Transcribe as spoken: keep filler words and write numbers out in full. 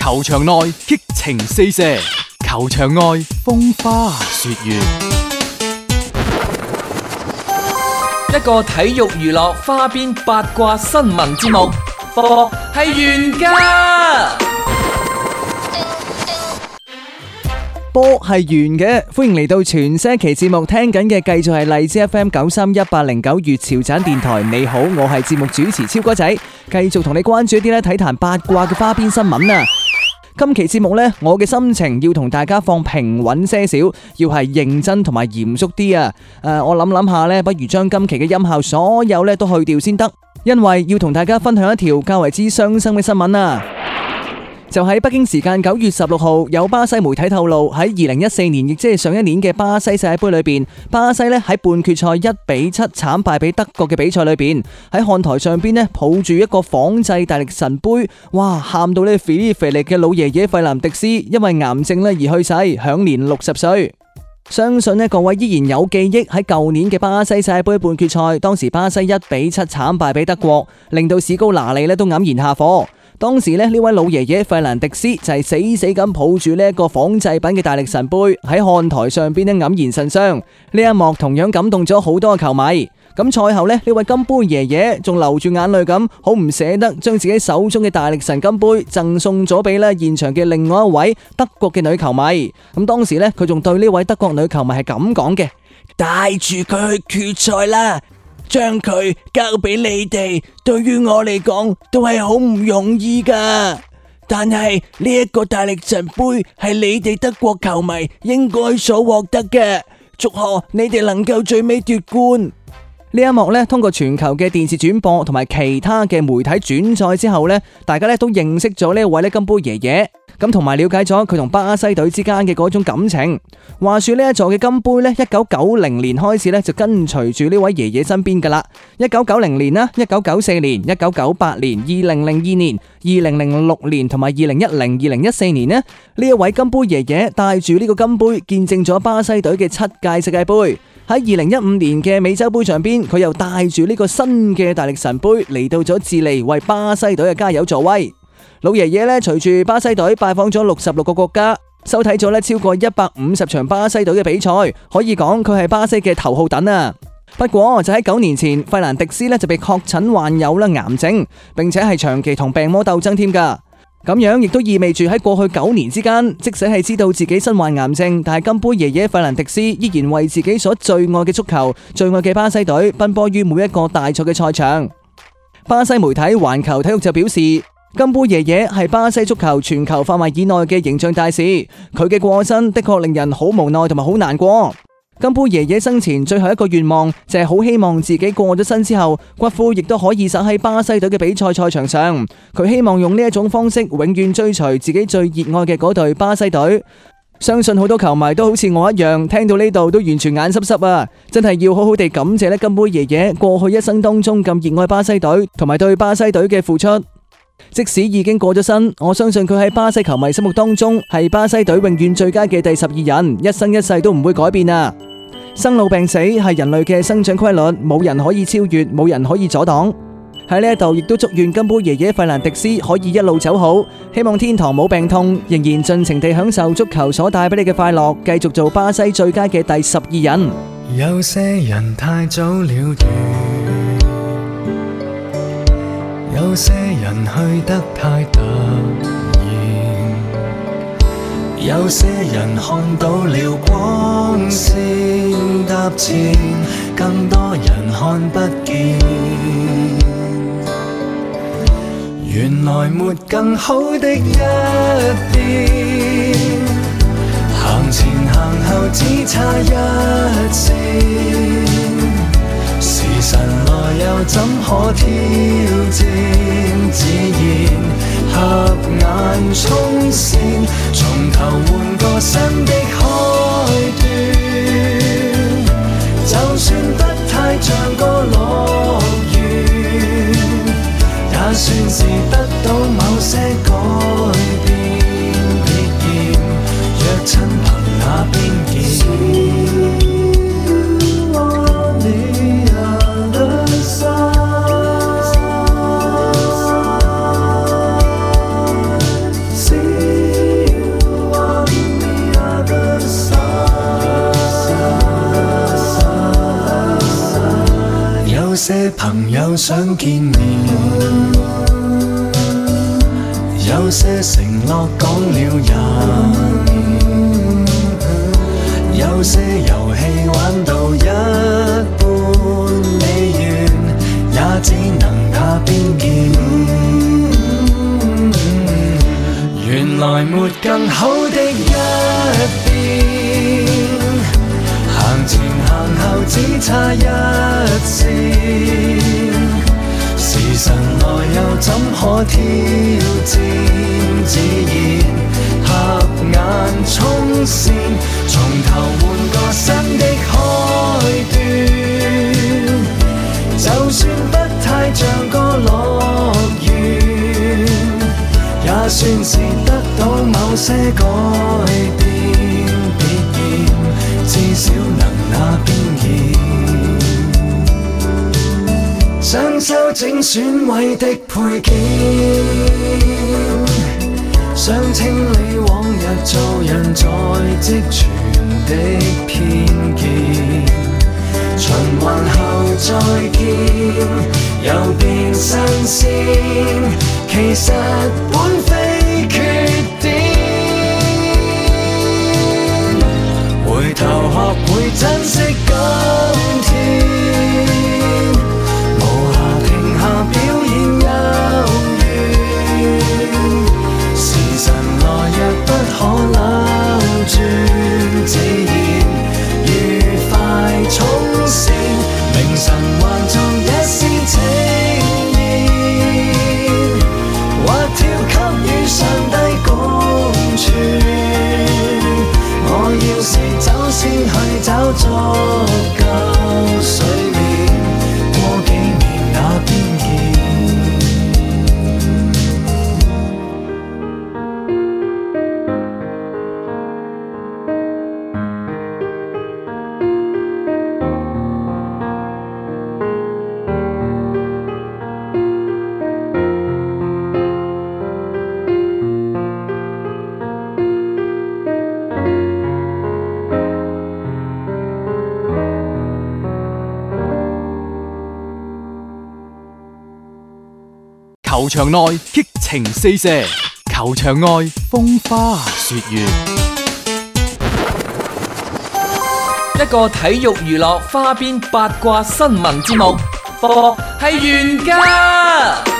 球場內激情四射，球場外風花雪月。 一個體育娛樂花邊八卦新聞節目，波係圓㗎。 波係圓嘅，歡迎嚟到全新一期節目，聽緊嘅繼續係荔枝 F M 九三一八零九粵潮盞電台。你好，我係節目主持超哥仔，繼續同你關注一啲咧體壇八卦嘅花邊新聞啊！今期節目呢，我嘅心情要同大家放平穩些少，要係認真同埋嚴肅啲啊！誒，我諗諗下呢，不如將今期嘅音效所有呢都去掉先得，因為要同大家分享一條較為之傷心嘅新聞啊！就喺北京時間九月十六號，有巴西媒體透露喺二零一四年，亦即係上一年嘅巴西世界盃裏邊，巴西呢喺半決賽一比七慘敗俾德國嘅比賽裏邊，喺看台上邊呢抱住一個仿製大力神杯，哇，喊到呢肥肥力嘅老爺爺費蘭迪斯因為癌症呢而去世，享年六十歲。相信呢各位依然有記憶喺舊年嘅巴西世界盃半決賽，當時巴西一比七慘敗俾德國，令到史高拿利呢都黯然下課。當時呢，呢位老爺爺費蘭迪斯就係死死咁抱住呢一個仿製品嘅大力神杯喺看台上邊呢黯然神傷。呢一幕同樣感動咗好多嘅球迷。咁賽後呢，呢位金杯爺爺仲流住眼淚咁，好唔捨得將自己手中嘅大力神金杯贈送咗俾呢現場嘅另外一位德國嘅女球迷。咁當時呢，佢仲對呢位德國女球迷係咁講嘅：帶住佢去決賽啦！將佢交俾你哋，對於我嚟講都係好唔容易噶。但係呢一個大力神杯係你哋德國球迷應該所獲得嘅，祝賀你哋能夠最尾奪冠。呢一幕呢，通過全球嘅電視轉播同埋其他嘅媒體轉載之後呢，大家呢都認識咗呢一位呢金杯爺爺，咁同埋了解咗佢同巴西隊之間嘅嗰種感情。話說呢一座嘅金杯呢，一九九零年開始呢就跟隨住呢位爺爺身邊噶啦。一九九零年啦，一九九四年、一九九八年、二零零二年、二零零六年同埋二零一零、二零一四年呢，呢一位金杯爺爺帶住呢個金杯見證咗巴西隊嘅七屆世界盃。喺二零一五年嘅美洲盃上邊，佢又帶住呢個新嘅大力神杯嚟到咗智利，為巴西隊嘅加油助威。老爺爺呢，隨住巴西隊拜訪咗六十六個國家，收睇咗呢超過一百五十場巴西隊嘅比賽，可以講佢係巴西嘅頭號躉啊！不過就喺九年前，費蘭迪斯呢就被確診患有啦癌症，並且係長期同病魔鬥爭添噶。咁樣亦都意味住喺過去九年之間，即使係知道自己身患癌症，但係金杯爺爺費蘭迪斯依然為自己所最愛嘅足球、最愛嘅巴西隊奔波於每一個大賽嘅賽場。巴西媒體環球體育就表示，金杯爺爺係巴西足球全球範圍以內嘅形象大使，佢嘅過身的確令人好無奈同埋好難過。金杯爺爺生前最後一個願望就係好希望自己過咗身之後，骨灰亦都可以撒喺巴西隊嘅比賽賽場上。佢希望用呢一種方式永遠追隨自己最熱愛嘅嗰隊巴西隊。相信好多球迷都好似我一樣，聽到呢度都完全眼濕濕啊！真係要好好地感謝咧金杯爺爺過去一生當中咁熱愛巴西隊同埋對巴西隊嘅付出。即使已經過咗身，我相信佢喺巴西球迷心目當中係巴西隊永遠最佳嘅第十二人，一生一世都唔會改變啊！生老病死係人類嘅生長規律，冇人可以超越，冇人可以阻擋。喺呢一度亦都祝願金杯爺爺費蘭迪斯可以一路走好，希望天堂冇病痛，仍然盡情地享受足球所帶俾你嘅快樂，繼續做巴西最佳嘅第十二人。 有些人太早了斷，有些人去得太突然，有些人看到了光線踏前，更多人看不見。原來沒更好的一邊，行前行後只差一線，時辰來又怎可挑戰？自然合眼衝線，從頭換個新的開端，就算不太像個樂園，也算是得到某些改變。別嫌若親朋那邊見。See 都想見面。有些承諾講了廿年，有些遊戲玩到一半未完，也只能打邊鍵。原來沒更好的一邊，行前行後只差一線。時辰來又怎可挑戰？自然合眼衝線，從頭換個新的開端。就算不太像個樂園，也算是得到某些改變。別嫌，至少能那邊見。想修整損毀的配件，想清理往日做人在積存的偏見。循環後再見，又變新鮮，其實本非缺點。回頭學會珍惜今天，表演幽怨，時辰來若不可扭轉，自然愉快衝線，明晨還做一絲情意，或跳給與上帝共存。我要是走先去找足夠睡眠，過幾年那邊見。 球場內激情四射，球場外風花雪月。 一個體育娛樂花邊八卦新聞節目，播係原價。